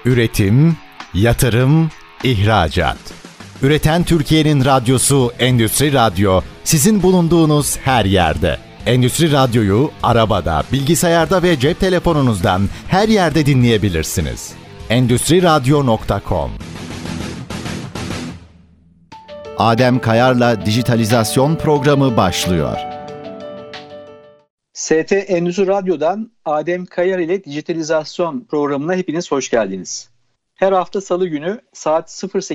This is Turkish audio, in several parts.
Üretim, yatırım, ihracat. Üreten Türkiye'nin radyosu Endüstri Radyo, sizin bulunduğunuz her yerde. Endüstri Radyo'yu arabada, bilgisayarda ve cep telefonunuzdan her yerde dinleyebilirsiniz. Endüstriradyo.com. Adem Kayar'la Dijitalizasyon programı başlıyor. ST Endüstri Radyo'dan Adem Kayar ile Dijitalizasyon programına hepiniz hoş geldiniz. Her hafta Salı günü saat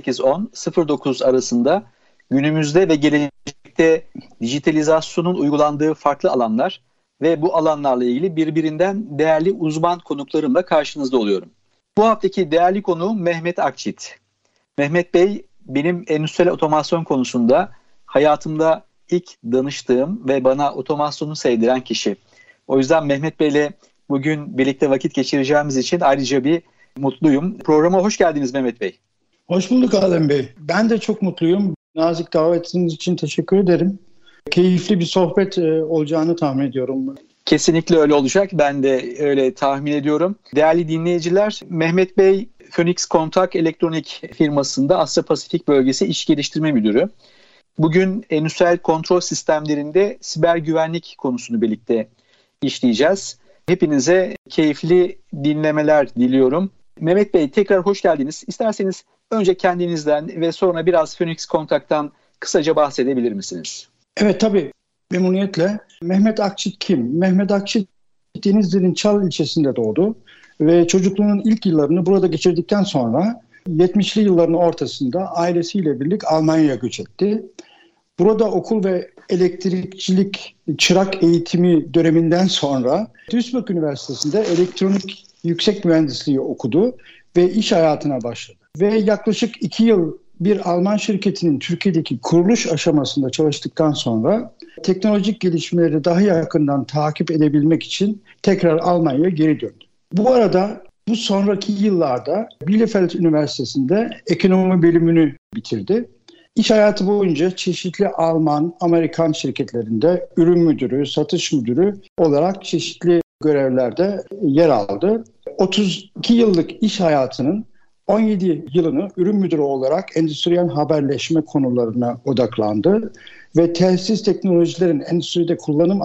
08.10-09 arasında günümüzde ve gelecekte dijitalizasyonun uygulandığı farklı alanlar ve bu alanlarla ilgili birbirinden değerli uzman konuklarımla karşınızda oluyorum. Bu haftaki değerli konuğum Mehmet Akçit. Mehmet Bey benim endüstriyel otomasyon konusunda hayatımda ilk danıştığım ve bana otomasyonu sevdiren kişi. O yüzden Mehmet Bey'le bugün birlikte vakit geçireceğimiz için ayrıca bir mutluyum. Programa hoş geldiniz Mehmet Bey. Hoş bulduk Adem Bey. Ben de çok mutluyum. Nazik davetiniz için teşekkür ederim. Keyifli bir sohbet olacağını tahmin ediyorum. Kesinlikle öyle olacak. Ben de öyle tahmin ediyorum. Değerli dinleyiciler, Mehmet Bey Phoenix Kontak Elektronik firmasında Asya Pasifik Bölgesi İş Geliştirme Müdürü. Bugün endüstriyel kontrol sistemlerinde siber güvenlik konusunu birlikte işleyeceğiz. Hepinize keyifli dinlemeler diliyorum. Mehmet Bey tekrar hoş geldiniz. İsterseniz önce kendinizden ve sonra biraz Phoenix Kontak'tan kısaca bahsedebilir misiniz? Evet tabii memnuniyetle. Mehmet Akçit kim? Mehmet Akçit Denizli'nin Çal ilçesinde doğdu ve çocukluğunun ilk yıllarını burada geçirdikten sonra 70'li yılların ortasında ailesiyle birlikte Almanya'ya göç etti. Burada okul ve elektrikçilik çırak eğitimi döneminden sonra Duisburg Üniversitesi'nde elektronik yüksek mühendisliği okudu ve iş hayatına başladı. Ve yaklaşık 2 yıl bir Alman şirketinin Türkiye'deki kuruluş aşamasında çalıştıktan sonra teknolojik gelişmeleri daha yakından takip edebilmek için tekrar Almanya'ya geri döndü. Bu arada bu sonraki yıllarda Bielefeld Üniversitesi'nde ekonomi bölümünü bitirdi. İş hayatı boyunca çeşitli Alman, Amerikan şirketlerinde ürün müdürü, satış müdürü olarak çeşitli görevlerde yer aldı. 32 yıllık iş hayatının 17 yılını ürün müdürü olarak endüstriyel haberleşme konularına odaklandı ve telsiz teknolojilerin endüstride kullanım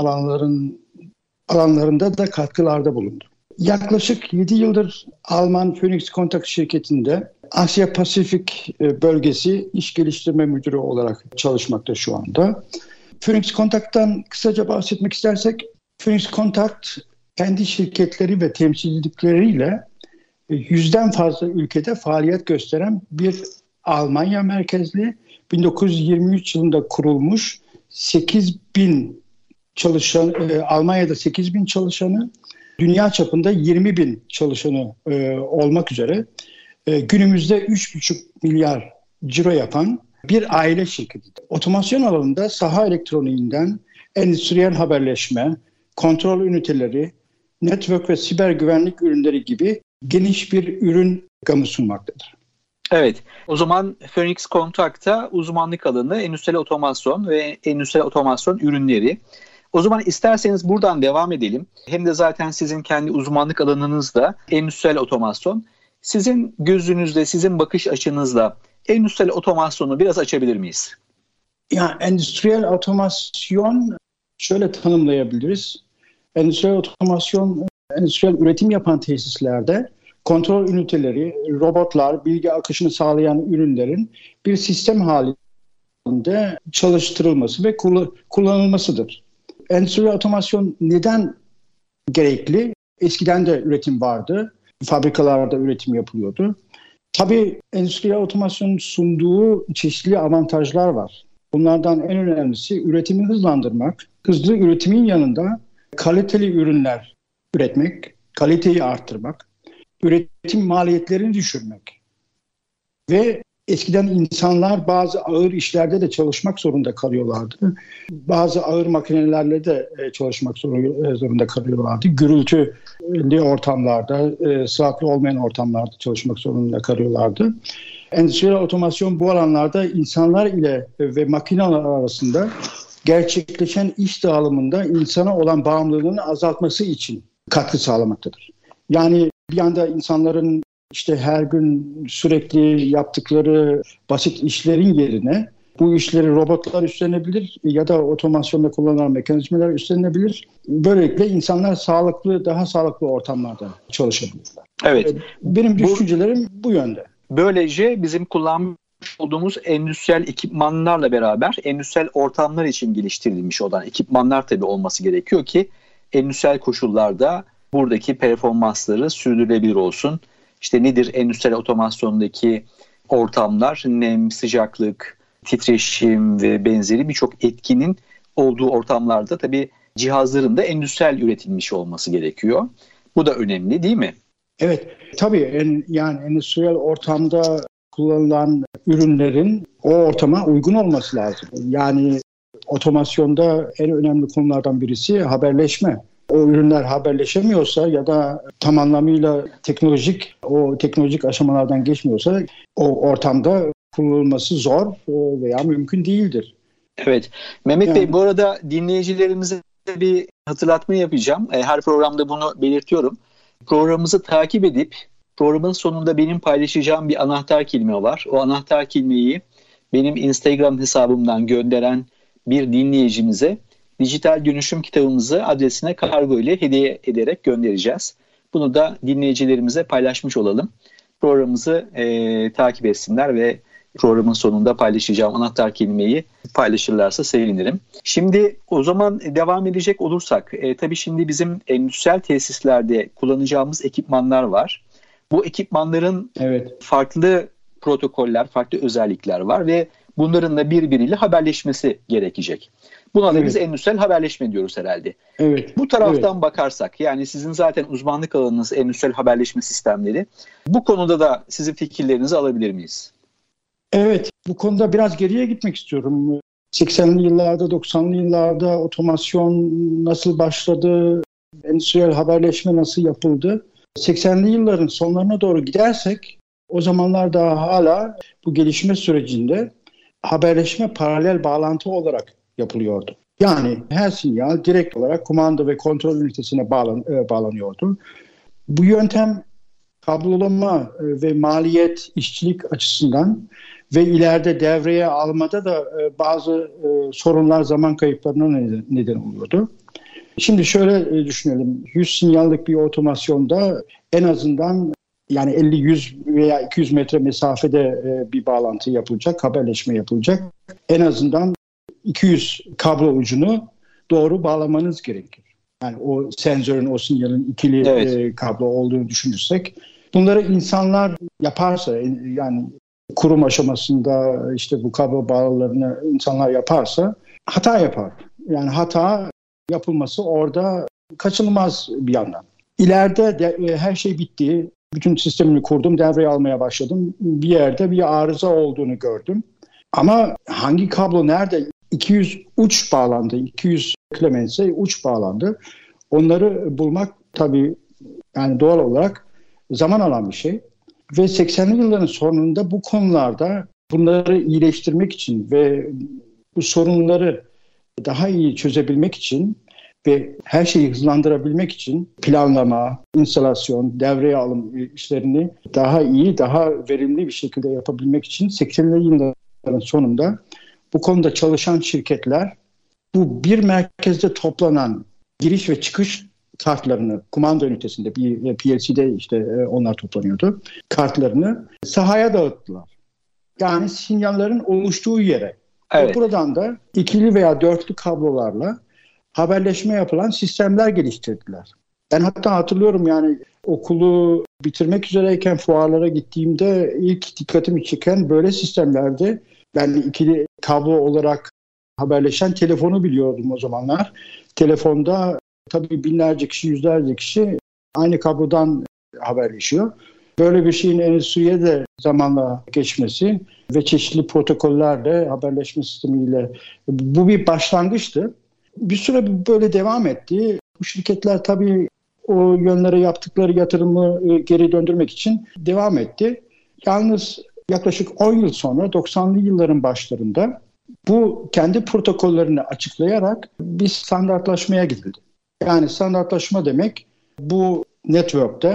alanlarında da katkılarda bulundu. Yaklaşık 7 yıldır Alman Phoenix Kontak şirketinde Asya Pasifik Bölgesi İş Geliştirme Müdürü olarak çalışmakta şu anda. Phoenix Kontak'tan kısaca bahsetmek istersek, Phoenix Kontak kendi şirketleri ve temsilcilikleriyle 100'den fazla ülkede faaliyet gösteren bir Almanya merkezli 1923 yılında kurulmuş 8.000 çalışan, Almanya'da 8.000 çalışanı, dünya çapında 20.000 çalışanı olmak üzere günümüzde 3,5 milyar ciro yapan bir aile şirketi. Otomasyon alanında saha elektroniğinden endüstriyel haberleşme, kontrol üniteleri, network ve siber güvenlik ürünleri gibi geniş bir ürün gamı sunmaktadır. Evet, o zaman Phoenix Kontak'ta uzmanlık alanı endüstriyel otomasyon ve endüstriyel otomasyon ürünleri. O zaman isterseniz buradan devam edelim. Hem de zaten sizin kendi uzmanlık alanınız da endüstriyel otomasyon. Sizin gözünüzde, sizin bakış açınızla endüstriyel otomasyonu biraz açabilir miyiz? Ya endüstriyel otomasyon şöyle tanımlayabiliriz. Endüstriyel otomasyon, endüstriyel üretim yapan tesislerde kontrol üniteleri, robotlar, bilgi akışını sağlayan ürünlerin bir sistem halinde çalıştırılması ve kullanılmasıdır. Endüstriyel otomasyon neden gerekli? Eskiden de üretim vardı. Fabrikalarda üretim yapılıyordu. Tabii endüstriyel otomasyonun sunduğu çeşitli avantajlar var. Bunlardan en önemlisi üretimi hızlandırmak. Hızlı üretimin yanında kaliteli ürünler üretmek, kaliteyi arttırmak, üretim maliyetlerini düşürmek. Ve eskiden insanlar bazı ağır işlerde de çalışmak zorunda kalıyorlardı. Bazı ağır makinelerle de çalışmak zorunda kalıyorlardı. Gürültülü ortamlarda, sıhhatli olmayan ortamlarda çalışmak zorunda kalıyorlardı. Endüstriyel otomasyon bu alanlarda insanlar ile ve makineler arasında gerçekleşen iş dağılımında insana olan bağımlılığını azaltması için katkı sağlamaktadır. Yani bir anda insanların işte her gün sürekli yaptıkları basit işlerin yerine bu işleri robotlar üstlenebilir ya da otomasyonda kullanılan mekanizmalar üstlenebilir. Böylelikle insanlar daha sağlıklı ortamlarda çalışabilirler. Evet. Benim düşüncelerim bu yönde. Böylece bizim kullanmış olduğumuz endüstriyel ekipmanlarla beraber endüstriyel ortamlar için geliştirilmiş olan ekipmanlar tabii olması gerekiyor ki endüstriyel koşullarda buradaki performansları sürdürülebilir olsun. İşte nedir endüstriyel otomasyondaki ortamlar? Nem, sıcaklık, titreşim ve benzeri birçok etkinin olduğu ortamlarda tabii cihazların da endüstriyel üretilmiş olması gerekiyor. Bu da önemli değil mi? Evet, tabii yani endüstriyel ortamda kullanılan ürünlerin o ortama uygun olması lazım. Yani otomasyonda en önemli konulardan birisi haberleşme. O ürünler haberleşemiyorsa ya da tam anlamıyla teknolojik aşamalardan geçmiyorsa o ortamda kullanılması zor veya mümkün değildir. Evet. Mehmet Bey, bu arada dinleyicilerimize bir hatırlatma yapacağım. Her programda bunu belirtiyorum. Programımızı takip edip programın sonunda benim paylaşacağım bir anahtar kelime var. O anahtar kelimeyi benim Instagram hesabımdan gönderen bir dinleyicimize dijital dönüşüm kitabımızı adresine kargo ile hediye ederek göndereceğiz. Bunu da dinleyicilerimize paylaşmış olalım. Programımızı takip etsinler ve programın sonunda paylaşacağım anahtar kelimeyi paylaşırlarsa sevinirim. Şimdi o zaman devam edecek olursak, tabii şimdi bizim endüstriyel tesislerde kullanacağımız ekipmanlar var. Bu ekipmanların farklı protokoller, farklı özellikler var ve bunların da birbiriyle haberleşmesi gerekecek. Buna da biz endüstriyel haberleşme diyoruz herhalde. Evet. Bu taraftan bakarsak, yani sizin zaten uzmanlık alanınız endüstriyel haberleşme sistemleri. Bu konuda da sizin fikirlerinizi alabilir miyiz? Evet, bu konuda biraz geriye gitmek istiyorum. 80'li yıllarda, 90'lı yıllarda otomasyon nasıl başladı, endüstriyel haberleşme nasıl yapıldı? 80'li yılların sonlarına doğru gidersek, o zamanlar daha hala bu gelişme sürecinde haberleşme paralel bağlantı olarak yapılıyordu. Yani her sinyal direkt olarak kumanda ve kontrol ünitesine bağlanıyordu. Bu yöntem kablolama ve maliyet, işçilik açısından ve ileride devreye almada da bazı sorunlar, zaman kayıplarına neden oluyordu. Şimdi şöyle düşünelim. 100 sinyallik bir otomasyonda en azından yani 50, 100 veya 200 metre mesafede bir bağlantı yapılacak, haberleşme yapılacak. En azından 200 kablo ucunu doğru bağlamanız gerekir. Yani o sensörün, o sinyalin ikili kablo olduğunu düşünürsek. Bunları insanlar yaparsa, yani kurum aşamasında işte bu kablo bağlarını insanlar yaparsa hata yapar. Yani hata yapılması orada kaçınılmaz bir yandan. İleride her şey bitti. Bütün sistemini kurdum, devreye almaya başladım. Bir yerde bir arıza olduğunu gördüm. Ama hangi kablo nerede? 200 uç bağlandı, 200 kilometre uç bağlandı. Onları bulmak tabii yani doğal olarak zaman alan bir şey. Ve 80'li yılların sonunda bu konularda bunları iyileştirmek için ve bu sorunları daha iyi çözebilmek için ve her şeyi hızlandırabilmek için planlama, instalasyon, devreye alım işlerini daha iyi, daha verimli bir şekilde yapabilmek için 80'li yılların sonunda bu konuda çalışan şirketler bu bir merkezde toplanan giriş ve çıkış kartlarını, kumanda ünitesinde, bir PLC'de işte onlar toplanıyordu, kartlarını sahaya dağıttılar. Yani sinyallerin oluştuğu yere. Evet. Buradan da ikili veya dörtlü kablolarla haberleşme yapılan sistemler geliştirdiler. Ben hatta hatırlıyorum, yani okulu bitirmek üzereyken fuarlara gittiğimde ilk dikkatimi çeken böyle sistemlerdi. Ben ikili kablo olarak haberleşen telefonu biliyordum o zamanlar. Telefonda tabii binlerce kişi, yüzlerce kişi aynı kablodan haberleşiyor. Böyle bir şeyin endüstriye de zamanla geçmesi ve çeşitli protokollerle, haberleşme sistemiyle bu bir başlangıçtı. Bir süre böyle devam etti. Bu şirketler tabii o yönlere yaptıkları yatırımı geri döndürmek için devam etti. Yalnız yaklaşık 10 yıl sonra 90'lı yılların başlarında bu kendi protokollerini açıklayarak bir standartlaşmaya gidildi. Yani standartlaşma demek bu network'te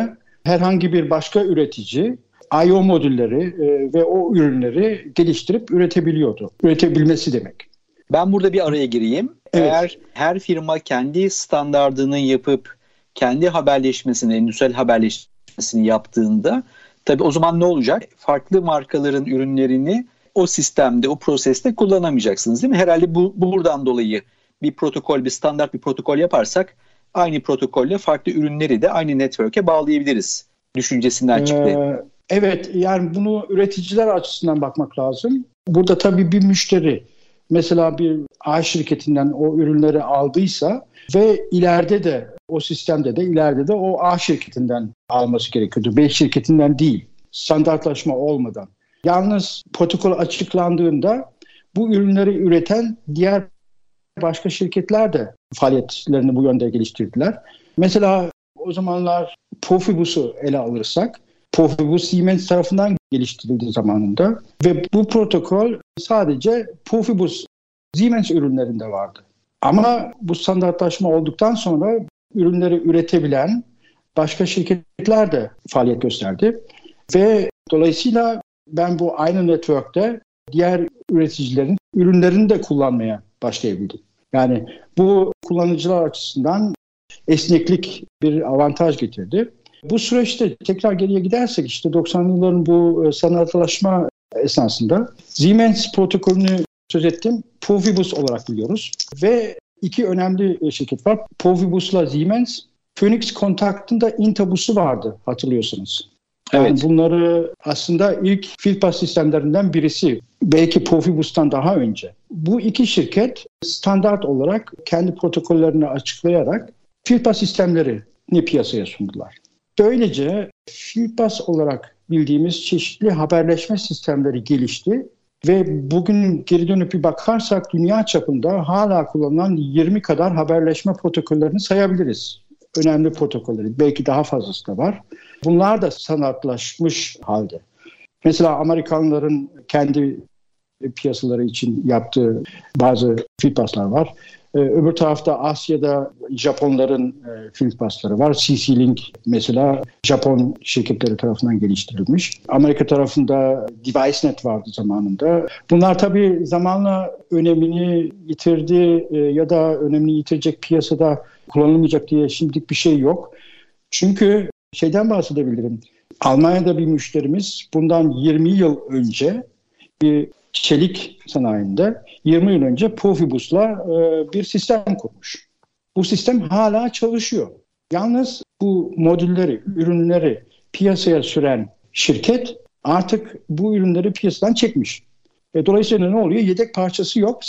herhangi bir başka üretici I/O modülleri ve o ürünleri geliştirip üretebiliyordu. Üretebilmesi demek. Ben burada bir araya gireyim. Evet. Eğer her firma kendi standardını yapıp kendi haberleşmesini, endüstriyel haberleşmesini yaptığında tabii o zaman ne olacak? Farklı markaların ürünlerini o sistemde, o proseste kullanamayacaksınız değil mi? Herhalde buradan dolayı bir protokol, bir standart bir protokol yaparsak aynı protokolle farklı ürünleri de aynı network'e bağlayabiliriz düşüncesinden çıktı. Evet, yani bunu üreticiler açısından bakmak lazım. Burada tabii bir müşteri mesela bir A şirketinden o ürünleri aldıysa ve ileride de o sistemde de ileride de o A şirketinden alması gerekiyordu. B şirketinden değil, standartlaşma olmadan. Yalnız protokol açıklandığında bu ürünleri üreten diğer başka şirketler de faaliyetlerini bu yönde geliştirdiler. Mesela o zamanlar Profibus'u ele alırsak, Profibus Siemens tarafından geliştirildi zamanında ve bu protokol sadece Profibus Siemens ürünlerinde vardı. Ama bu standartlaşma olduktan sonra ürünleri üretebilen başka şirketler de faaliyet gösterdi. Ve dolayısıyla ben bu aynı network'te diğer üreticilerin ürünlerini de kullanmaya başlayabildim. Yani bu kullanıcılar açısından esneklik bir avantaj getirdi. Bu süreçte tekrar geriye gidersek işte 90'lı yılların bu standartlaşma esnasında Siemens protokolünü söz ettim. Profibus olarak biliyoruz. Ve iki önemli şirket var. Profibus'la Siemens. Phoenix Contact'ın da Intabus'u vardı hatırlıyorsunuz. Yani evet. Bunları aslında ilk Fieldpass sistemlerinden birisi. Belki Profibus'tan daha önce. Bu iki şirket standart olarak kendi protokollerini açıklayarak Fieldpass sistemlerini piyasaya sundular. Böylece Fieldpass olarak bildiğimiz çeşitli haberleşme sistemleri gelişti ve bugün geri dönüp bir bakarsak dünya çapında hala kullanılan 20 kadar haberleşme protokollerini sayabiliriz. Önemli protokolleri, belki daha fazlası da var. Bunlar da standartlaşmış halde. Mesela Amerikanların kendi piyasaları için yaptığı bazı Fieldpass'lar var. Öbür tarafta Asya'da Japonların Fieldpass'ları var. CC-Link mesela Japon şirketleri tarafından geliştirilmiş. Amerika tarafında DeviceNet vardı zamanında. Bunlar tabii zamanla önemini yitirdi ya da önemini yitirecek piyasada kullanılmayacak diye şimdilik bir şey yok. Çünkü şeyden bahsedebilirim. Almanya'da bir müşterimiz bundan 20 yıl önce bir çelik sanayinde 20 yıl önce Profibus'la bir sistem kurmuş. Bu sistem hala çalışıyor. Yalnız bu modülleri, ürünleri piyasaya süren şirket artık bu ürünleri piyasadan çekmiş. Dolayısıyla ne oluyor? Yedek parçası yok.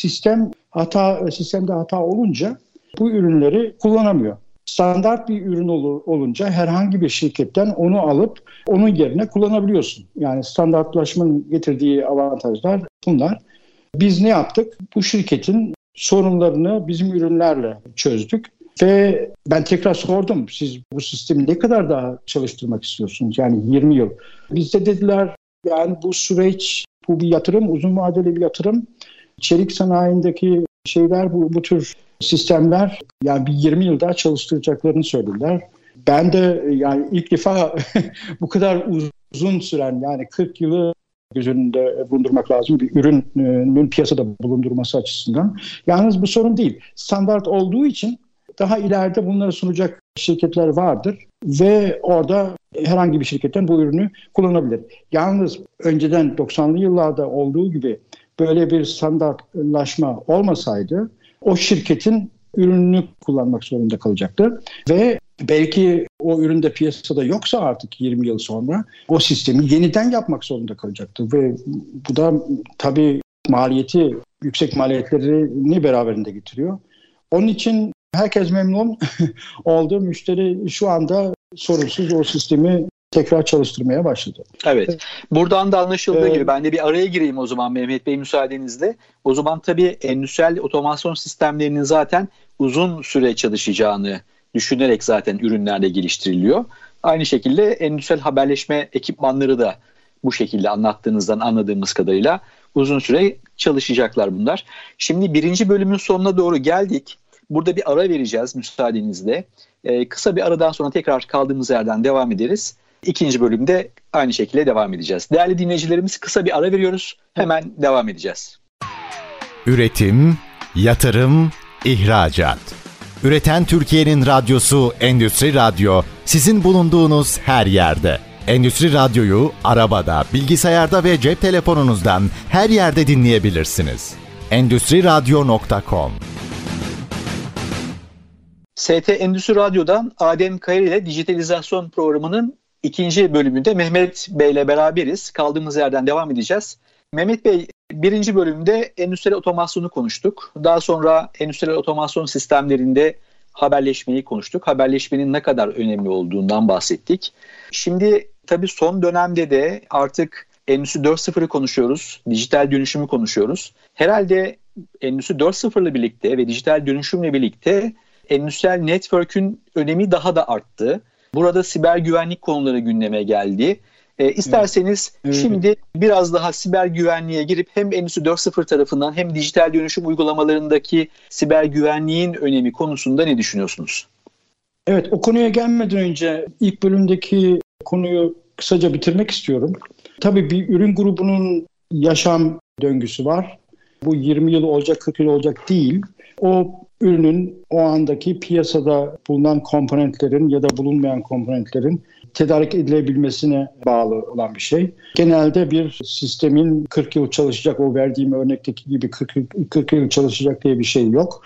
Sistemde hata olunca bu ürünleri kullanamıyor. Standart bir ürün olunca herhangi bir şirketten onu alıp onun yerine kullanabiliyorsun. Yani standartlaşmanın getirdiği avantajlar bunlar. Biz ne yaptık? Bu şirketin sorunlarını bizim ürünlerle çözdük. Ve ben tekrar sordum. Siz bu sistemi ne kadar daha çalıştırmak istiyorsunuz? Yani 20 yıl. Biz de dediler yani bu süreç, bu bir yatırım, uzun vadeli bir yatırım. Çelik sanayindeki şeyler bu tür sistemler yani bir 20 yıl daha çalıştıracaklarını söylediler. Ben de yani ilk defa bu kadar uzun süren yani 40 yılı göz önünde bulundurmak lazım bir ürünün piyasada bulundurması açısından. Yalnız bu sorun değil. Standart olduğu için daha ileride bunları sunacak şirketler vardır ve orada herhangi bir şirketten bu ürünü kullanabilir. Yalnız önceden 90'lı yıllarda olduğu gibi böyle bir standartlaşma olmasaydı o şirketin ürününü kullanmak zorunda kalacaktı. Ve belki o ürün de piyasada yoksa artık 20 yıl sonra o sistemi yeniden yapmak zorunda kalacaktı. Ve bu da tabii yüksek maliyetlerini beraberinde getiriyor. Onun için herkes memnun oldu. Müşteri şu anda sorunsuz o sistemi tekrar çalıştırmaya başladı. Evet. Buradan da anlaşıldığı gibi ben de bir araya gireyim o zaman Mehmet Bey müsaadenizle. O zaman tabii endüstriyel otomasyon sistemlerinin zaten uzun süre çalışacağını düşünerek zaten ürünlerle geliştiriliyor. Aynı şekilde endüstriyel haberleşme ekipmanları da bu şekilde anlattığınızdan anladığımız kadarıyla uzun süre çalışacaklar bunlar. Şimdi birinci bölümün sonuna doğru geldik. Burada bir ara vereceğiz müsaadenizle. Kısa bir aradan sonra tekrar kaldığımız yerden devam ederiz. İkinci bölümde aynı şekilde devam edeceğiz. Değerli dinleyicilerimiz, kısa bir ara veriyoruz. Hemen devam edeceğiz. Üretim, yatırım, ihracat. Üreten Türkiye'nin radyosu Endüstri Radyo, sizin bulunduğunuz her yerde. Endüstri Radyo'yu arabada, bilgisayarda ve cep telefonunuzdan her yerde dinleyebilirsiniz. Endüstriradyo.com. ST Endüstri Radyo'dan Adem Kayar ile dijitalizasyon programının ikinci bölümünde Mehmet Bey ile beraberiz. Kaldığımız yerden devam edeceğiz. Mehmet Bey, birinci bölümde endüstriyel otomasyonu konuştuk. Daha sonra endüstriyel otomasyon sistemlerinde haberleşmeyi konuştuk. Haberleşmenin ne kadar önemli olduğundan bahsettik. Şimdi tabii son dönemde de artık Endüstri 4.0'ı konuşuyoruz, dijital dönüşümü konuşuyoruz. Herhalde Endüstri 4.0'la birlikte ve dijital dönüşümle birlikte endüstriyel network'ün önemi daha da arttı. Burada siber güvenlik konuları gündeme geldi. İsterseniz şimdi biraz daha siber güvenliğe girip hem Endüstri 4.0 tarafından hem dijital dönüşüm uygulamalarındaki siber güvenliğin önemi konusunda ne düşünüyorsunuz? Evet, o konuya gelmeden önce ilk bölümdeki konuyu kısaca bitirmek istiyorum. Tabii bir ürün grubunun yaşam döngüsü var. Bu 20 yıl olacak, 40 yıl olacak değil. O ürünün o andaki piyasada bulunan komponentlerin ya da bulunmayan komponentlerin tedarik edilebilmesine bağlı olan bir şey. Genelde bir sistemin 40 yıl çalışacak, o verdiğim örnekteki gibi 40 yıl çalışacak diye bir şey yok.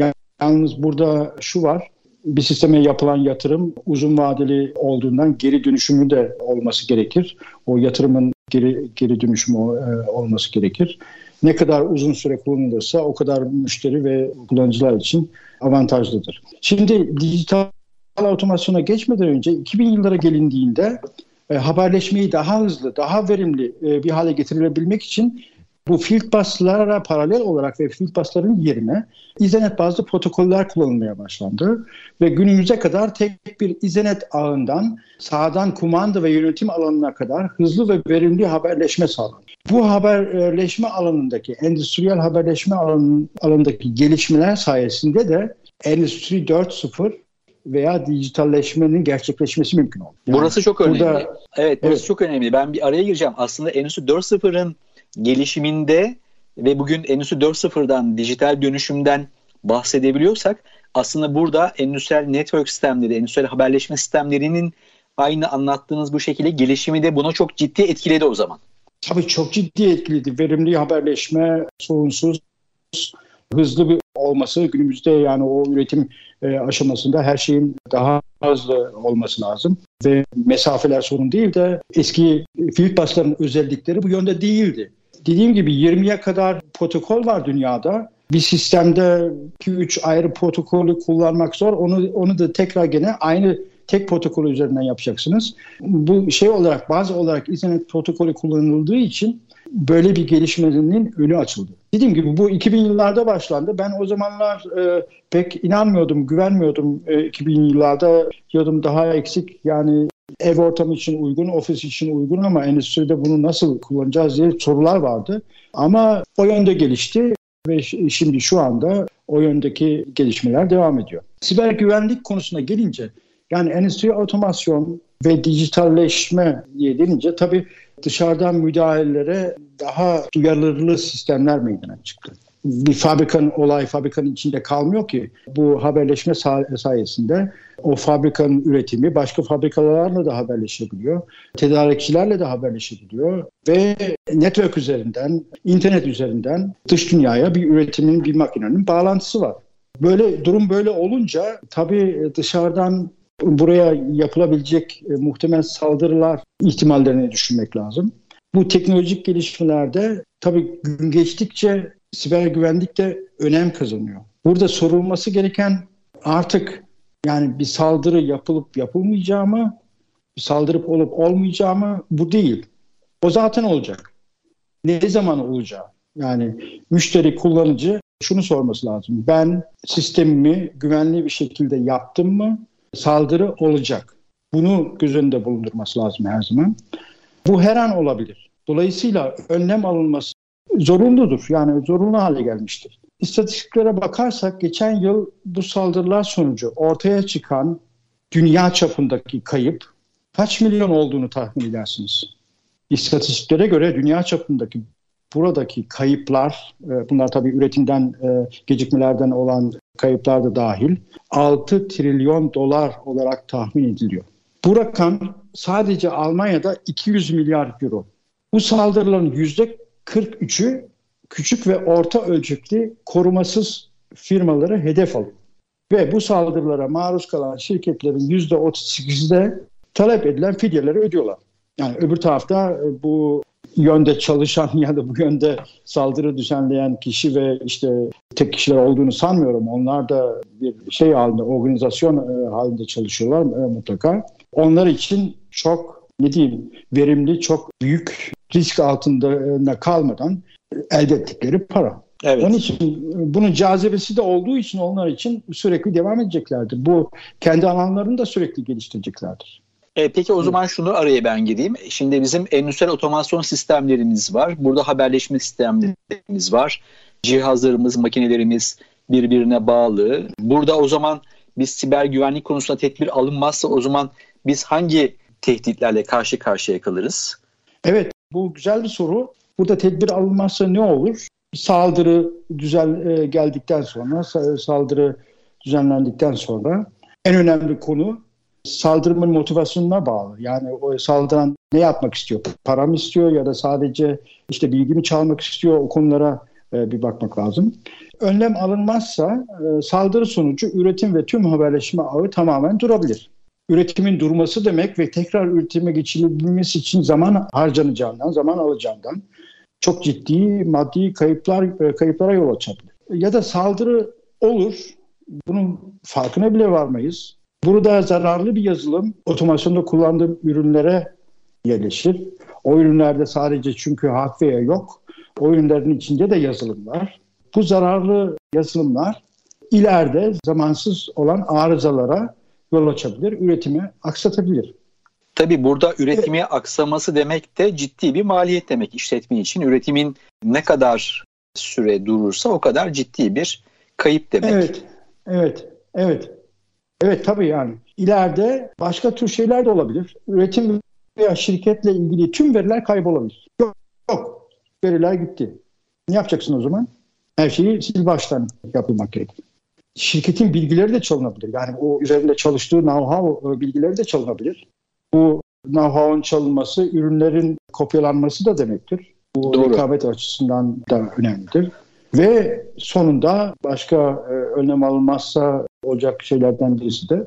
Yalnız burada şu var, bir sisteme yapılan yatırım uzun vadeli olduğundan geri dönüşümü de olması gerekir. O yatırımın geri dönüşümü olması gerekir. Ne kadar uzun süre kullanılırsa o kadar müşteri ve kullanıcılar için avantajlıdır. Şimdi dijital otomasyona geçmeden önce 2000 yıllara gelindiğinde haberleşmeyi daha hızlı, daha verimli bir hale getirilebilmek için bu field bus'lara paralel olarak ve field bus'ların yerine Ethernet bazlı protokoller kullanılmaya başlandı. Ve günümüze kadar tek bir Ethernet ağından sağdan kumanda ve yönetim alanına kadar hızlı ve verimli haberleşme sağlandı. Bu haberleşme alanındaki, endüstriyel haberleşme alanındaki gelişmeler sayesinde de Endüstri 4.0 veya dijitalleşmenin gerçekleşmesi mümkün oldu. Yani burası çok önemli. Burası çok önemli. Ben bir araya gireceğim. Aslında Endüstri 4.0'ın gelişiminde ve bugün Endüstri 4.0'dan, dijital dönüşümden bahsedebiliyorsak aslında burada endüstriyel network sistemleri, endüstriyel haberleşme sistemlerinin aynı anlattığınız bu şekilde gelişimi de buna çok ciddi etkiledi o zaman. Tabii çok ciddi etkiledi. Verimli haberleşme, sorunsuz, hızlı bir olması günümüzde, yani o üretim aşamasında her şeyin daha hızlı olması lazım. Ve mesafeler sorun değil de eski field bus'ların özellikleri bu yönde değildi. Dediğim gibi 20'ye kadar protokol var dünyada. Bir sistemde 2-3 ayrı protokolü kullanmak zor. Onu da tekrar gene aynı tek protokol üzerinden yapacaksınız. Bu bazı olarak Ethernet protokolü kullanıldığı için böyle bir gelişmenin önü açıldı. Dediğim gibi bu 2000 yıllarda başlandı. Ben o zamanlar pek inanmıyordum, güvenmiyordum. 2000 yıllarda diyordum daha eksik, yani ev ortamı için uygun, ofis için uygun ama endüstride bunu nasıl kullanacağız diye sorular vardı. Ama o yönde gelişti ve şimdi şu anda o yöndeki gelişmeler devam ediyor. Siber güvenlik konusuna gelince, yani endüstri otomasyon ve dijitalleşme diye denince tabii dışarıdan müdahalelere daha duyarlı sistemler meydana çıktı. Bir fabrikanın içinde kalmıyor ki. Bu haberleşme sayesinde o fabrikanın üretimi başka fabrikalarla da haberleşebiliyor. Tedarikçilerle de haberleşebiliyor. Ve network üzerinden, internet üzerinden dış dünyaya bir üretimin, bir makinenin bağlantısı var. Durum böyle olunca tabii dışarıdan buraya yapılabilecek muhtemel saldırılar ihtimallerini düşünmek lazım. Bu teknolojik gelişmelerde tabii gün geçtikçe siber güvenlik de önem kazanıyor. Burada sorulması gereken artık yani bir saldırı yapılıp yapılmayacağı mı, bir saldırıp olup olmayacağı mı, bu değil. O zaten olacak. Ne zaman olacağı? Yani müşteri, kullanıcı şunu sorması lazım. Ben sistemimi güvenli bir şekilde yaptım mı? Saldırı olacak. Bunu göz önünde bulundurması lazım her zaman. Bu her an olabilir. Dolayısıyla önlem alınması zorunludur. Yani zorunlu hale gelmiştir. İstatistiklere bakarsak geçen yıl bu saldırılar sonucu ortaya çıkan dünya çapındaki kayıp kaç milyon olduğunu tahmin edersiniz? İstatistiklere göre dünya çapındaki buradaki kayıplar, bunlar tabii üretimden, gecikmelerden olan kayıplar da dahil, 6 trilyon dolar olarak tahmin ediliyor. Bu rakam sadece Almanya'da 200 milyar euro. Bu saldırıların %43'ü küçük ve orta ölçekli korumasız firmaları hedef alıyor. Ve bu saldırılara maruz kalan şirketlerin %38'i de talep edilen fidyeleri ödüyorlar. Yani öbür tarafta bu yönde çalışan ya da bu yönde saldırı düzenleyen kişi ve işte tek kişiler olduğunu sanmıyorum. Onlar da bir şey halinde, organizasyon halinde çalışıyorlar mutlaka. Onlar için çok verimli, çok büyük risk altında kalmadan elde ettikleri para. Evet. Onun için bunun cazibesi de olduğu için onlar için sürekli devam edeceklerdir. Bu kendi alanlarını da sürekli geliştireceklerdir. Peki o zaman şunu araya ben gireyim. Şimdi bizim endüstriyel otomasyon sistemlerimiz var. Burada haberleşme sistemlerimiz var. Cihazlarımız, makinelerimiz birbirine bağlı. Burada o zaman biz siber güvenlik konusunda tedbir alınmazsa o zaman biz hangi tehditlerle karşı karşıya kalırız? Evet, bu güzel bir soru. Burada tedbir alınmazsa ne olur? Saldırı geldikten sonra, saldırı düzenlendikten sonra en önemli konu saldırının motivasyonuna bağlı. Yani o saldıran ne yapmak istiyor? Para mı istiyor ya da sadece işte bilgi mi çalmak istiyor? O konulara bir bakmak lazım. Önlem alınmazsa saldırı sonucu üretim ve tüm haberleşme ağı tamamen durabilir. Üretimin durması demek ve tekrar üretime geçilebilmesi için zaman harcanacağından, zaman alacağından çok ciddi maddi kayıplara yol açabilir. Ya da saldırı olur, bunun farkına bile varmayız. Burada zararlı bir yazılım otomasyonda kullandığım ürünlere yerleşir. O ürünlerde sadece çünkü hardware yok. O ürünlerin içinde de yazılım var. Bu zararlı yazılımlar ileride zamansız olan arızalara yol açabilir, üretimi aksatabilir. Tabii burada üretimi aksaması demek de ciddi bir maliyet demek işletme için. Üretimin ne kadar süre durursa o kadar ciddi bir kayıp demek. Evet tabii yani. İleride başka tür şeyler de olabilir. Üretim veya şirketle ilgili tüm veriler kaybolabilir. Yok. Veriler gitti. Ne yapacaksın o zaman? Her şeyi sil baştan yapılmak gerekir. Şirketin bilgileri de çalınabilir. Yani o üzerinde çalıştığı know-how bilgileri de çalınabilir. Bu know-how'un çalınması, ürünlerin kopyalanması da demektir. Bu rekabet açısından da önemlidir. Ve sonunda başka önlem alınmazsa olacak şeylerden birisi de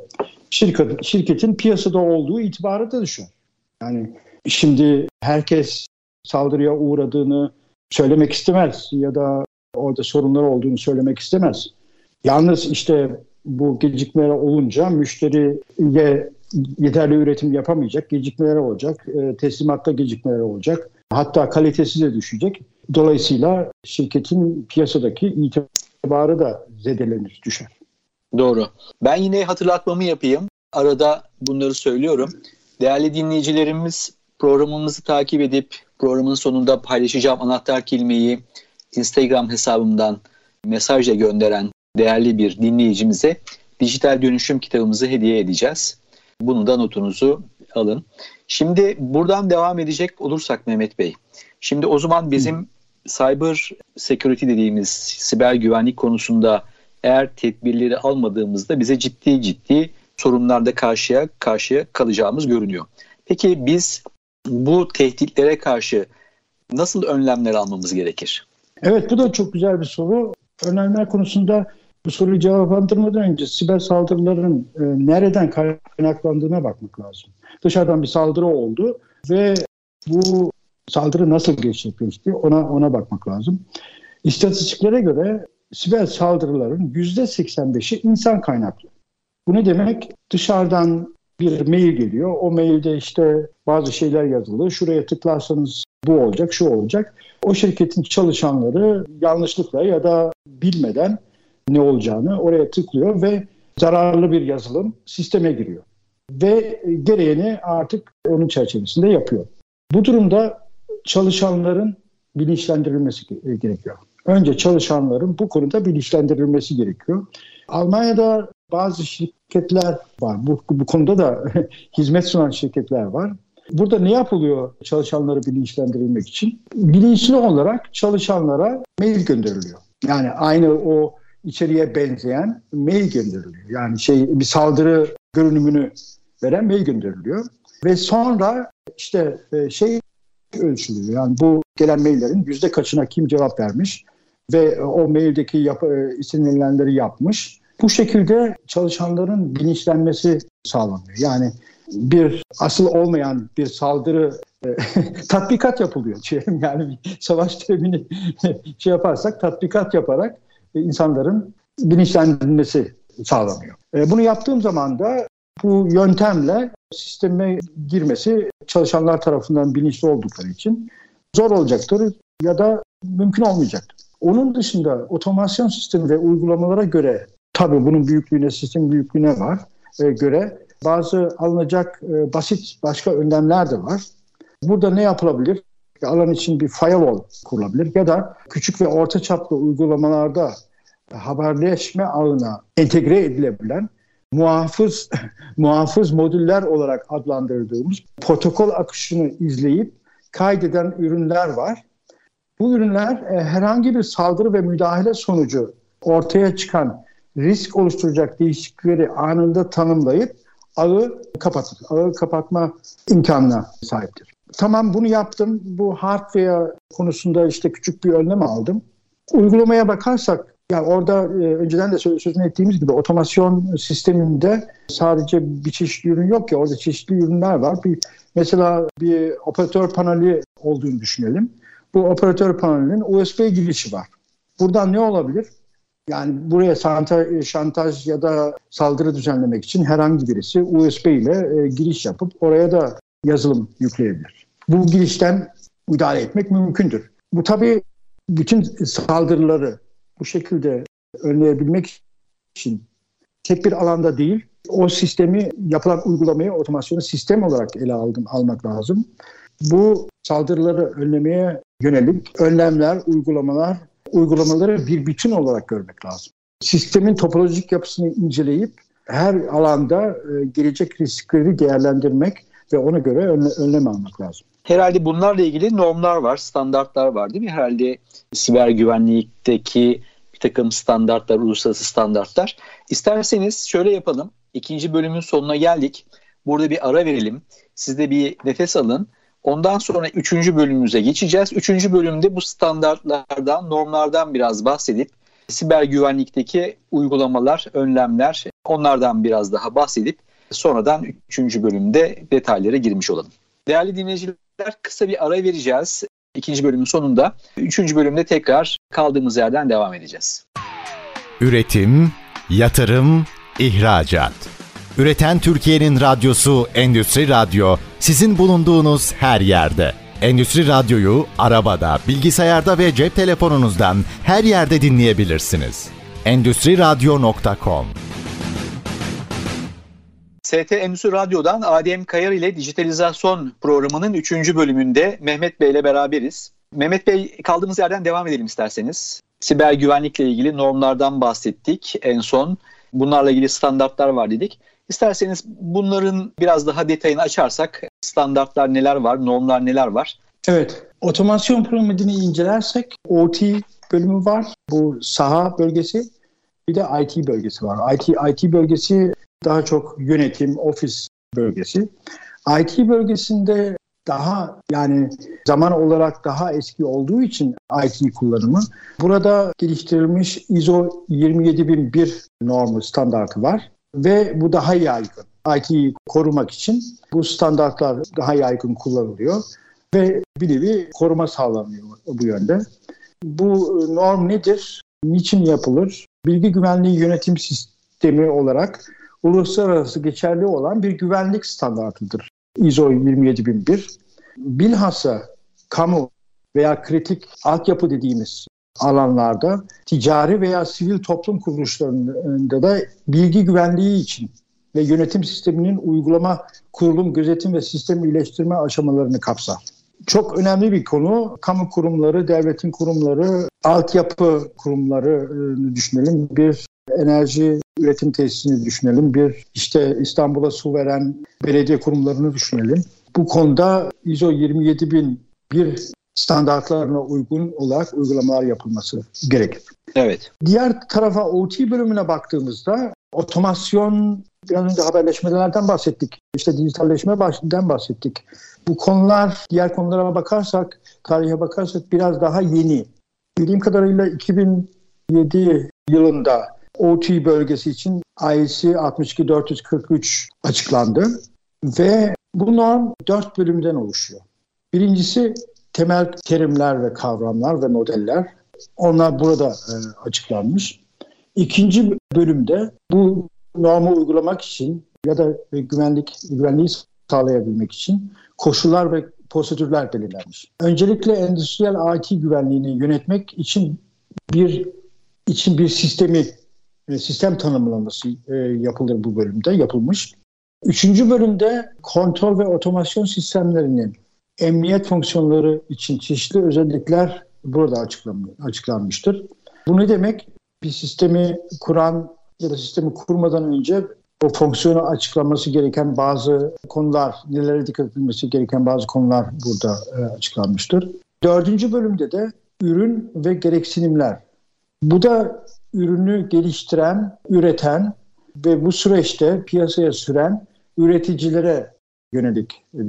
şirketin piyasada olduğu itibarı da düşer. Yani şimdi herkes saldırıya uğradığını söylemek istemez ya da orada sorunlar olduğunu söylemek istemez. Yalnız işte bu gecikmeler olunca müşteriye yeterli üretim yapamayacak, gecikmeler olacak, teslimatta gecikmeler olacak. Hatta kalitesi de düşecek. Dolayısıyla şirketin piyasadaki itibarı da zedelenir, düşer. Doğru. Ben yine hatırlatmamı yapayım. Arada bunları söylüyorum. Değerli dinleyicilerimiz, programımızı takip edip programın sonunda paylaşacağım anahtar kelimeyi Instagram hesabımdan mesajla gönderen değerli bir dinleyicimize dijital dönüşüm kitabımızı hediye edeceğiz. Bunu da notunuzu alın. Şimdi buradan devam edecek olursak Mehmet Bey. Şimdi o zaman bizim cyber security dediğimiz siber güvenlik konusunda eğer tedbirleri almadığımızda bize ciddi sorunlarda karşıya kalacağımız görünüyor. Peki biz bu tehditlere karşı nasıl önlemler almamız gerekir? Evet, bu da çok güzel bir soru. Önlemler konusunda bu soruyu cevaplandırmadan önce siber saldırıların nereden kaynaklandığına bakmak lazım. Dışarıdan bir saldırı oldu ve bu saldırı nasıl gerçekleşti ona bakmak lazım. İstatistiklere göre siber saldırıların %85'i insan kaynaklı. Bu ne demek? Dışarıdan bir mail geliyor. O mailde işte bazı şeyler yazılı. Şuraya tıklarsanız bu olacak, şu olacak. O şirketin çalışanları yanlışlıkla ya da bilmeden ne olacağını oraya tıklıyor ve zararlı bir yazılım sisteme giriyor. Ve gereğini artık onun çerçevesinde yapıyor. Bu durumda çalışanların bilinçlendirilmesi gerekiyor. Önce çalışanların bu konuda bilinçlendirilmesi gerekiyor. Almanya'da bazı şirketler var. Bu konuda da hizmet sunan şirketler var. Burada ne yapılıyor çalışanları bilinçlendirilmek için? Bilinçli olarak çalışanlara mail gönderiliyor. Yani aynı o içeriğe benzeyen mail gönderiliyor. Yani bir saldırı görünümünü veren mail gönderiliyor. Ve sonra işte ölçülüyor. Yani bu gelen maillerin yüzde kaçına kim cevap vermiş ve o maildeki istenilenleri yapmış. Bu şekilde çalışanların bilinçlenmesi sağlanıyor. Yani bir asıl olmayan bir saldırı tatbikat yapılıyor. Yani bir savaş terimini yaparsak tatbikat yaparak insanların bilinçlendirilmesi sağlanıyor. Bunu yaptığım zaman da bu yöntemle sisteme girmesi çalışanlar tarafından bilinçli oldukları için zor olacaktır ya da mümkün olmayacaktır. Onun dışında otomasyon sistemi ve uygulamalara göre, tabii bunun büyüklüğüne, sistemin büyüklüğüne göre bazı alınacak basit başka önlemler de var. Burada ne yapılabilir? Alan için bir firewall kurulabilir ya da küçük ve orta çaplı uygulamalarda haberleşme ağına entegre edilebilen muhafız modüller olarak adlandırdığımız protokol akışını izleyip kaydeden ürünler var. Bu ürünler herhangi bir saldırı ve müdahale sonucu ortaya çıkan risk oluşturacak değişiklikleri anında tanımlayıp ağı kapatır. Ağı kapatma imkanına sahiptir. Tamam, bunu yaptım. Bu hardware konusunda işte küçük bir önlem aldım. Uygulamaya bakarsak, yani orada önceden de sözünü ettiğimiz gibi otomasyon sisteminde sadece bir çeşitli ürün yok ki, orada çeşitli ürünler var. Mesela bir operatör paneli olduğunu düşünelim. Bu operatör panelinin USB girişi var. Buradan ne olabilir? Yani buraya şantaj ya da saldırı düzenlemek için herhangi birisi USB ile giriş yapıp oraya da yazılım yükleyebilir. Bu girişten müdahale etmek mümkündür. Bu tabii bütün saldırıları bu şekilde önleyebilmek için tek bir alanda değil, o sistemi, yapılan uygulamayı, otomasyonu sistem olarak ele almak lazım. Bu saldırıları önlemeye yönelik önlemler, uygulamaları bir bütün olarak görmek lazım. Sistemin topolojik yapısını inceleyip her alanda gelecek riskleri değerlendirmek ve ona göre önlem almak lazım. Herhalde bunlarla ilgili normlar var, standartlar var değil mi? Herhalde siber güvenlikteki bir takım standartlar, uluslararası standartlar. İsterseniz şöyle yapalım. 2. bölümün sonuna geldik. Burada bir ara verelim. Siz de bir nefes alın. Ondan sonra 3. bölümümüze geçeceğiz. 3. bölümde bu standartlardan, normlardan biraz bahsedip siber güvenlikteki uygulamalar, önlemler, onlardan biraz daha bahsedip sonradan 3. bölümde detaylara girmiş olalım. Değerli dinleyiciler, kısa bir ara vereceğiz 2. bölümün sonunda. 3. bölümde tekrar kaldığımız yerden devam edeceğiz. Üretim, yatırım, ihracat. Üreten Türkiye'nin radyosu Endüstri Radyo, sizin bulunduğunuz her yerde. Endüstri Radyo'yu arabada, bilgisayarda ve cep telefonunuzdan her yerde dinleyebilirsiniz. Endüstriradyo.com. ST Endüstri Radyo'dan Adem Kayar ile Dijitalizasyon programının 3. bölümünde Mehmet Bey ile beraberiz. Mehmet Bey, kaldığımız yerden devam edelim isterseniz. Siber güvenlikle ilgili normlardan bahsettik en son. Bunlarla ilgili standartlar var dedik. İsterseniz bunların biraz daha detayını açarsak, standartlar neler var, normlar neler var? Evet, otomasyon piramidini incelersek OT bölümü var. Bu saha bölgesi, bir de IT bölgesi var. IT bölgesi daha çok yönetim, ofis bölgesi. IT bölgesinde daha, yani zaman olarak daha eski olduğu için IT kullanımı, burada geliştirilmiş ISO 27001 normu standartı var ve bu daha yaygın. IT'yi korumak için bu standartlar daha yaygın kullanılıyor ve bir nevi koruma sağlanıyor bu yönde. Bu norm nedir? Niçin yapılır? Bilgi güvenliği yönetim sistemi olarak uluslararası geçerli olan bir güvenlik standartıdır ISO 27001. Bilhassa kamu veya kritik altyapı dediğimiz alanlarda, ticari veya sivil toplum kuruluşlarında da bilgi güvenliği için ve yönetim sisteminin uygulama, kurulum, gözetim ve sistem iyileştirme aşamalarını kapsar. Çok önemli bir konu. Kamu kurumları, devletin kurumları, altyapı kurumları düşünelim. Bir enerji üretim tesisini düşünelim. Bir işte İstanbul'a su veren belediye kurumlarını düşünelim. Bu konuda ISO 27001 standartlarına uygun olarak uygulamalar yapılması gerekir. Evet. Diğer tarafa OT bölümüne baktığımızda otomasyon, biraz önce haberleşmelerden bahsettik. İşte dijitalleşmeden bahsettik. Bu konular, diğer konulara bakarsak, tarihe bakarsak biraz daha yeni. Bildiğim kadarıyla 2007 yılında OT bölgesi için IEC 62443 açıklandı ve bu norm 4 bölümden oluşuyor. Birincisi temel terimler ve kavramlar ve modeller. Onlar burada açıklanmış. İkinci bölümde bu normu uygulamak için ya da güvenliği sağlayabilmek için koşullar ve prosedürler belirlenmiş. Öncelikle endüstriyel IT güvenliğini yönetmek için bir sistem tanımlaması yapılır bu bölümde, yapılmış. Üçüncü bölümde kontrol ve otomasyon sistemlerinin emniyet fonksiyonları için çeşitli özellikler burada açıklanmıştır. Bu ne demek? Bir sistemi kuran ya da sistemi kurmadan önce o fonksiyonu açıklanması gereken bazı konular, nelere dikkat edilmesi gereken bazı konular burada açıklanmıştır. Dördüncü bölümde de ürün ve gereksinimler. Bu da ürünü geliştiren, üreten ve bu süreçte piyasaya süren üreticilere yönelik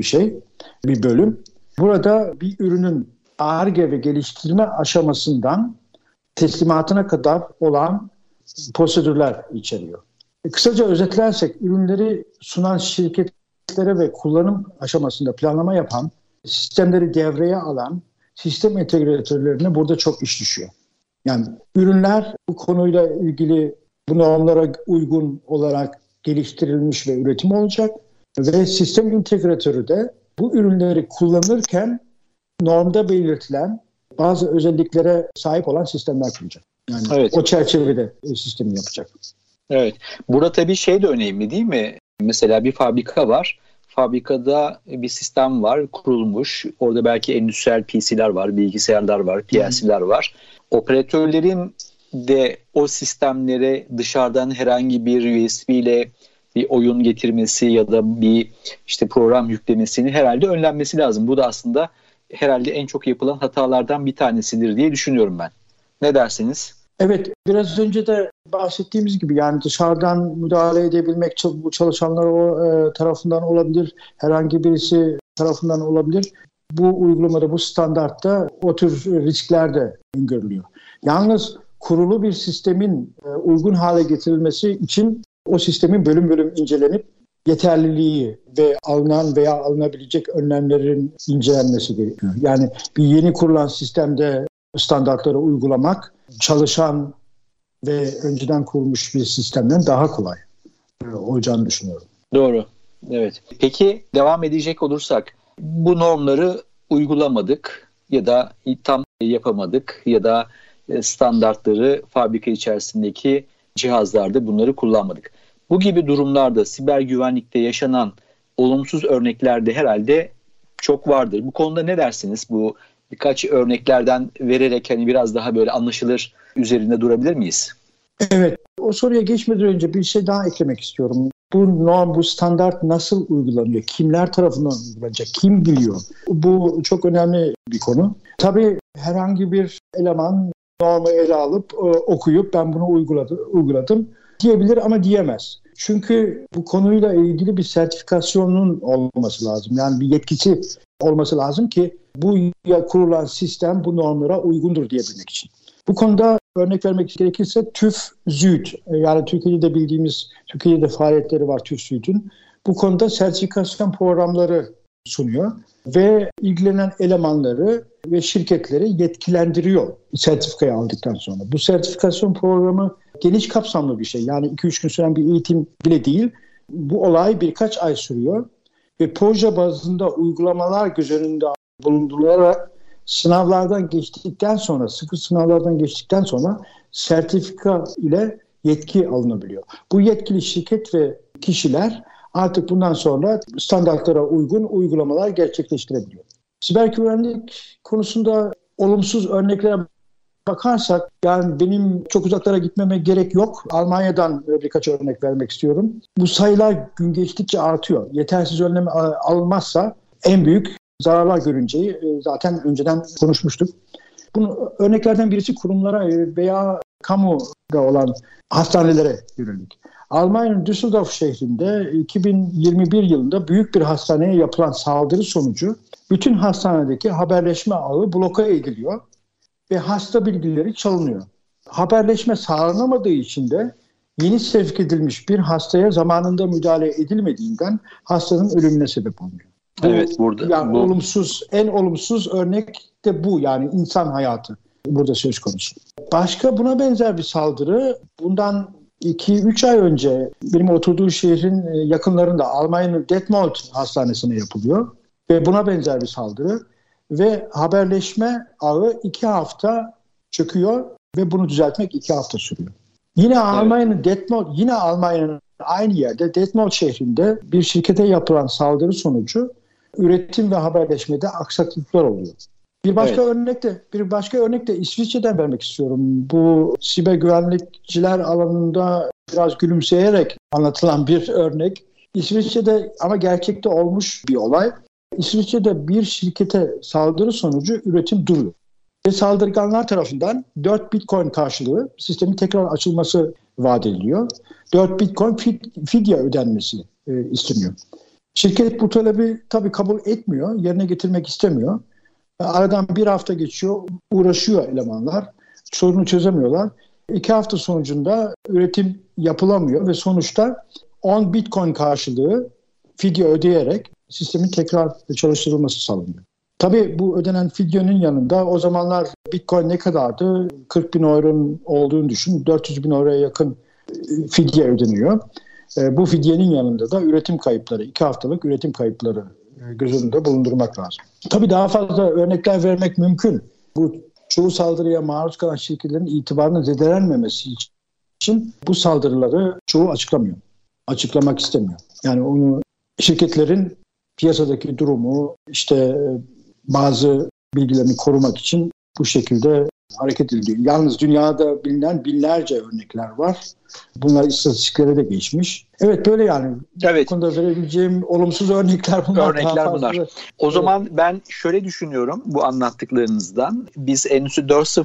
bir bölüm. Burada bir ürünün Ar-Ge ve geliştirme aşamasından teslimatına kadar olan prosedürler içeriyor. Kısaca özetlersek ürünleri sunan şirketlere ve kullanım aşamasında planlama yapan, sistemleri devreye alan sistem entegratörlerine burada çok iş düşüyor. Yani ürünler bu konuyla ilgili bu normlara uygun olarak geliştirilmiş ve üretim olacak ve sistem entegratörü de bu ürünleri kullanırken normda belirtilen bazı özelliklere sahip olan sistemler kuracak. Yani evet. O çerçevede sistemi yapacak. Evet. Burada tabii de önemli değil mi? Mesela bir fabrika var. Fabrikada bir sistem var, kurulmuş. Orada belki endüstriyel PC'ler var, bilgisayarlar var, PLC'ler var. Operatörlerin de o sistemlere dışarıdan herhangi bir USB ile bir oyun getirmesi ya da bir program yüklemesini herhalde önlenmesi lazım. Bu da aslında herhalde en çok yapılan hatalardan bir tanesidir diye düşünüyorum ben. Ne dersiniz? Evet, biraz önce de bahsettiğimiz gibi yani dışarıdan müdahale edebilmek bu çalışanlar tarafından olabilir, herhangi birisi tarafından olabilir. Bu uygulamada, bu standartta o tür riskler de öngörülüyor. Yalnız kurulu bir sistemin uygun hale getirilmesi için o sistemin bölüm bölüm incelenip yeterliliği ve alınan veya alınabilecek önlemlerin incelenmesi gerekiyor. Yani bir yeni kurulan sistemde standartları uygulamak çalışan ve önceden kurulmuş bir sistemden daha kolay olacağını düşünüyorum. Doğru. Evet. Peki devam edecek olursak bu normları uygulamadık ya da tam yapamadık ya da standartları fabrika içerisindeki cihazlarda bunları kullanmadık. Bu gibi durumlarda siber güvenlikte yaşanan olumsuz örnekler de herhalde çok vardır. Bu konuda ne dersiniz? Bu birkaç örneklerden vererek biraz daha böyle anlaşılır üzerinde durabilir miyiz? Evet. O soruya geçmeden önce bir şey daha eklemek istiyorum. Bu norm, bu standart nasıl uygulanıyor? Kimler tarafından uygulanacak? Kim biliyor? Bu çok önemli bir konu. Tabii herhangi bir eleman normu ele alıp okuyup ben bunu uyguladım diyebilir ama diyemez. Çünkü bu konuyla ilgili bir sertifikasyonun olması lazım. Yani bir yetkisi olması lazım ki bu kurulan sistem bu normlara uygundur diyebilmek için. Bu konuda örnek vermek gerekirse TÜV-ZÜİD, yani Türkiye'de faaliyetleri var TÜV-ZÜİD'in. Bu konuda sertifikasyon programları sunuyor ve ilgilenen elemanları ve şirketleri yetkilendiriyor sertifikayı aldıktan sonra. Bu sertifikasyon programı geniş kapsamlı bir şey. Yani 2-3 gün süren bir eğitim bile değil. Bu olay birkaç ay sürüyor ve proje bazında uygulamalar göz önünde bulundurularak sınavlardan geçtikten sonra, sıkı sınavlardan geçtikten sonra sertifika ile yetki alınabiliyor. Bu yetkili şirket ve kişiler artık bundan sonra standartlara uygun uygulamalar gerçekleştirebiliyor. Siber güvenlik konusunda olumsuz örneklere bakarsak yani benim çok uzaklara gitmeme gerek yok. Almanya'dan birkaç örnek vermek istiyorum. Bu sayılar gün geçtikçe artıyor. Yetersiz önlem alınmazsa en büyük zararlar görüneceği zaten önceden konuşmuştuk. Bunun örneklerden birisi kurumlara veya kamuda olan hastanelere yönelik. Almanya'nın Düsseldorf şehrinde 2021 yılında büyük bir hastaneye yapılan saldırı sonucu bütün hastanedeki haberleşme ağı bloke ediliyor ve hasta bilgileri çalınıyor. Haberleşme sağlanamadığı için de yeni sevk edilmiş bir hastaya zamanında müdahale edilmediğinden hastanın ölümüne sebep oluyor. Evet, burada yani en olumsuz örnek de bu, yani insan hayatı burada söz konusu. Başka buna benzer bir saldırı bundan 2-3 ay önce benim oturduğu şehrin yakınlarında Almanya'nın Detmold Hastanesi'ne yapılıyor ve buna benzer bir saldırı ve haberleşme ağı 2 hafta çöküyor ve bunu düzeltmek 2 hafta sürüyor. Yine Almanya'nın aynı yerde Detmold şehrinde bir şirkete yapılan saldırı sonucu üretim ve haberleşmede aksaklıklar oluyor. Bir başka örnek de İsviçre'den vermek istiyorum. Bu siber güvenlikçiler alanında biraz gülümseyerek anlatılan bir örnek. İsviçre'de ama gerçekte olmuş bir olay. İsviçre'de bir şirkete saldırı sonucu üretim duruyor. Ve saldırganlar tarafından 4 Bitcoin karşılığı sistemin tekrar açılması vaat ediliyor. 4 Bitcoin fidye ödenmesi isteniyor. Şirket bu talebi tabii kabul etmiyor, yerine getirmek istemiyor. Aradan 1 hafta geçiyor, uğraşıyor elemanlar, sorunu çözemiyorlar. 2 hafta sonucunda üretim yapılamıyor ve sonuçta 10 Bitcoin karşılığı fidye ödeyerek sistemin tekrar çalıştırılması sağlanıyor. Tabii bu ödenen fidyenin yanında o zamanlar Bitcoin ne kadardı? 40 bin euro'nun olduğunu düşün. 400 bin euroya yakın fidye ödeniyor. Bu fidyenin yanında da üretim kayıpları, 2 haftalık üretim kayıpları göz önünde bulundurmak lazım. Tabii daha fazla örnekler vermek mümkün. Bu çoğu saldırıya maruz kalan şirketlerin itibarının zedelenmemesi için bu saldırıları çoğu açıklamıyor. Açıklamak istemiyor. Yani onu şirketlerin piyasadaki durumu, işte bazı bilgilerini korumak için bu şekilde hareket ediliyor. Yalnız dünyada bilinen binlerce örnekler var. Bunlar istatistiklere de geçmiş. Evet, böyle yani. Evet. Bu konuda verebileceğim olumsuz örnekler bunlar. Örnekler bunlar. O zaman ben şöyle düşünüyorum bu anlattıklarınızdan. Biz Endüstri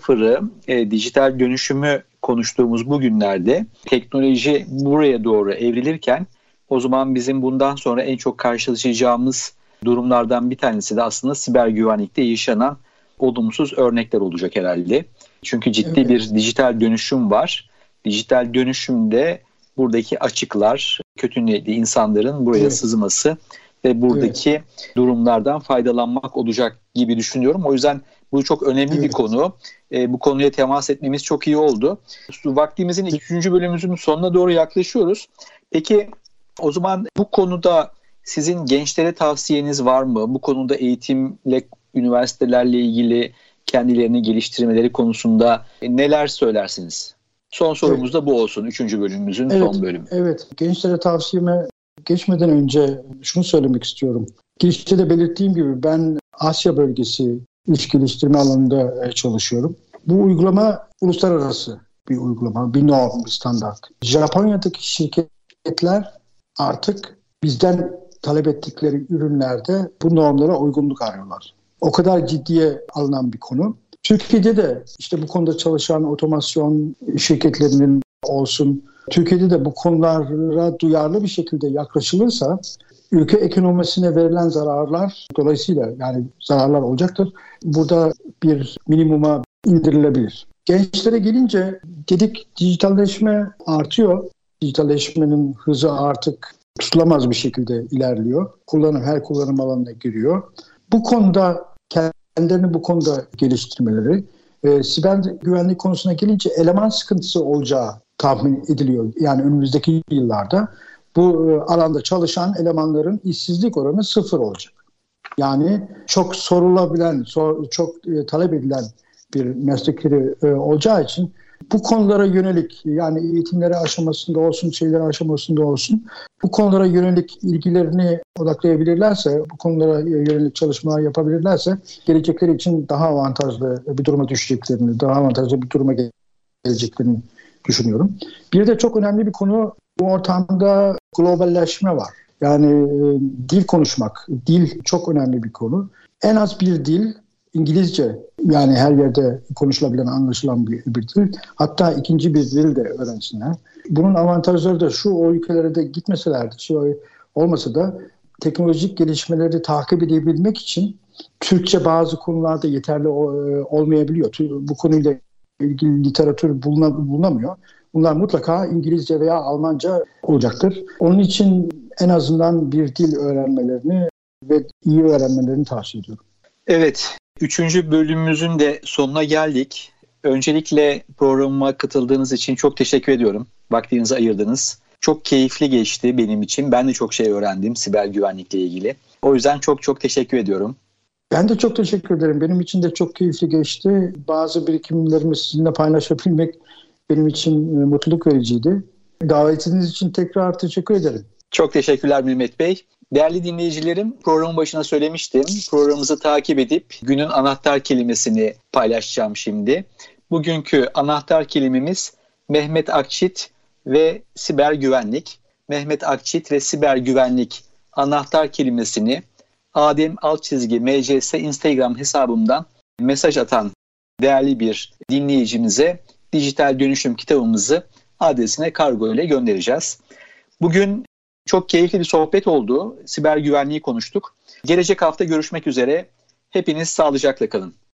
4.0'ı, dijital dönüşümü konuştuğumuz bu günlerde teknoloji buraya doğru evrilirken o zaman bizim bundan sonra en çok karşılaşacağımız durumlardan bir tanesi de aslında siber güvenlikte yaşanan olumsuz örnekler olacak herhalde. Çünkü ciddi bir dijital dönüşüm var. Dijital dönüşümde buradaki açıklar, kötü niyetli insanların buraya sızması ve buradaki durumlardan faydalanmak olacak gibi düşünüyorum. O yüzden bu çok önemli bir konu. Bu konuya temas etmemiz çok iyi oldu. Vaktimizin 3. bölümümüzün sonuna doğru yaklaşıyoruz. Peki o zaman bu konuda sizin gençlere tavsiyeniz var mı? Bu konuda eğitimle, üniversitelerle ilgili kendilerini geliştirmeleri konusunda neler söylersiniz? Son sorumuz da bu olsun. 3. bölümümüzün son bölümü. Evet. Gençlere tavsiyeme geçmeden önce şunu söylemek istiyorum. Girişte de belirttiğim gibi ben Asya bölgesi iş geliştirme alanında çalışıyorum. Bu uygulama uluslararası bir uygulama, bir norm, bir standart. Japonya'daki şirketler artık bizden talep ettikleri ürünlerde bu normlara uygunluk arıyorlar. O kadar ciddiye alınan bir konu. Türkiye'de de işte bu konuda çalışan otomasyon şirketlerinin olsun, Türkiye'de de bu konulara duyarlı bir şekilde yaklaşılırsa ülke ekonomisine verilen zararlar dolayısıyla yani zararlar olacaktır. Burada bir minimuma indirilebilir. Gençlere gelince dedik dijitalleşme artıyor. Dijitalleşmenin hızı artık tutulamaz bir şekilde ilerliyor. Her kullanım alanına giriyor. Bu konuda kendilerini bu konuda geliştirmeleri, siber güvenlik konusuna gelince eleman sıkıntısı olacağı tahmin ediliyor. Yani önümüzdeki yıllarda bu alanda çalışan elemanların işsizlik oranı 0 olacak. Yani çok sorulabilen, çok talep edilen bir meslekleri olacağı için bu konulara yönelik, yani eğitimleri aşamasında olsun, şeyler aşamasında olsun, bu konulara yönelik ilgilerini odaklayabilirlerse, bu konulara yönelik çalışmalar yapabilirlerse gelecekleri için daha avantajlı bir duruma düşeceklerini, daha avantajlı bir duruma geleceklerini düşünüyorum. Bir de çok önemli bir konu, bu ortamda globalleşme var. Yani dil konuşmak, dil çok önemli bir konu. En az bir dil, İngilizce, yani her yerde konuşulabilen, anlaşılan bir dil. Hatta ikinci bir dil de öğrensinler. Bunun avantajları da şu, o ülkelere de gitmeselerdi, olmasa da teknolojik gelişmeleri takip edebilmek için Türkçe bazı konularda yeterli olmayabiliyor. Bu konuyla ilgili literatür bulunamıyor. Bunlar mutlaka İngilizce veya Almanca olacaktır. Onun için en azından bir dil öğrenmelerini ve iyi öğrenmelerini tavsiye ediyorum. Evet, 3. bölümümüzün de sonuna geldik. Öncelikle programıma katıldığınız için çok teşekkür ediyorum. Vaktinizi ayırdınız. Çok keyifli geçti benim için. Ben de çok şey öğrendim siber güvenlikle ilgili. O yüzden çok çok teşekkür ediyorum. Ben de çok teşekkür ederim. Benim için de çok keyifli geçti. Bazı birikimlerimi sizinle paylaşabilmek benim için mutluluk vericiydi. Davetiniz için tekrar teşekkür ederim. Çok teşekkürler Mehmet Bey. Değerli dinleyicilerim, programın başına söylemiştim. Programımızı takip edip günün anahtar kelimesini paylaşacağım şimdi. Bugünkü anahtar kelimemiz Mehmet Akçit ve siber güvenlik. Mehmet Akçit ve siber güvenlik anahtar kelimesini Adem_MCS Instagram hesabımdan mesaj atan değerli bir dinleyicimize dijital dönüşüm kitabımızı adresine kargo ile göndereceğiz. Bugün çok keyifli bir sohbet oldu. Siber güvenliği konuştuk. Gelecek hafta görüşmek üzere. Hepiniz sağlıcakla kalın.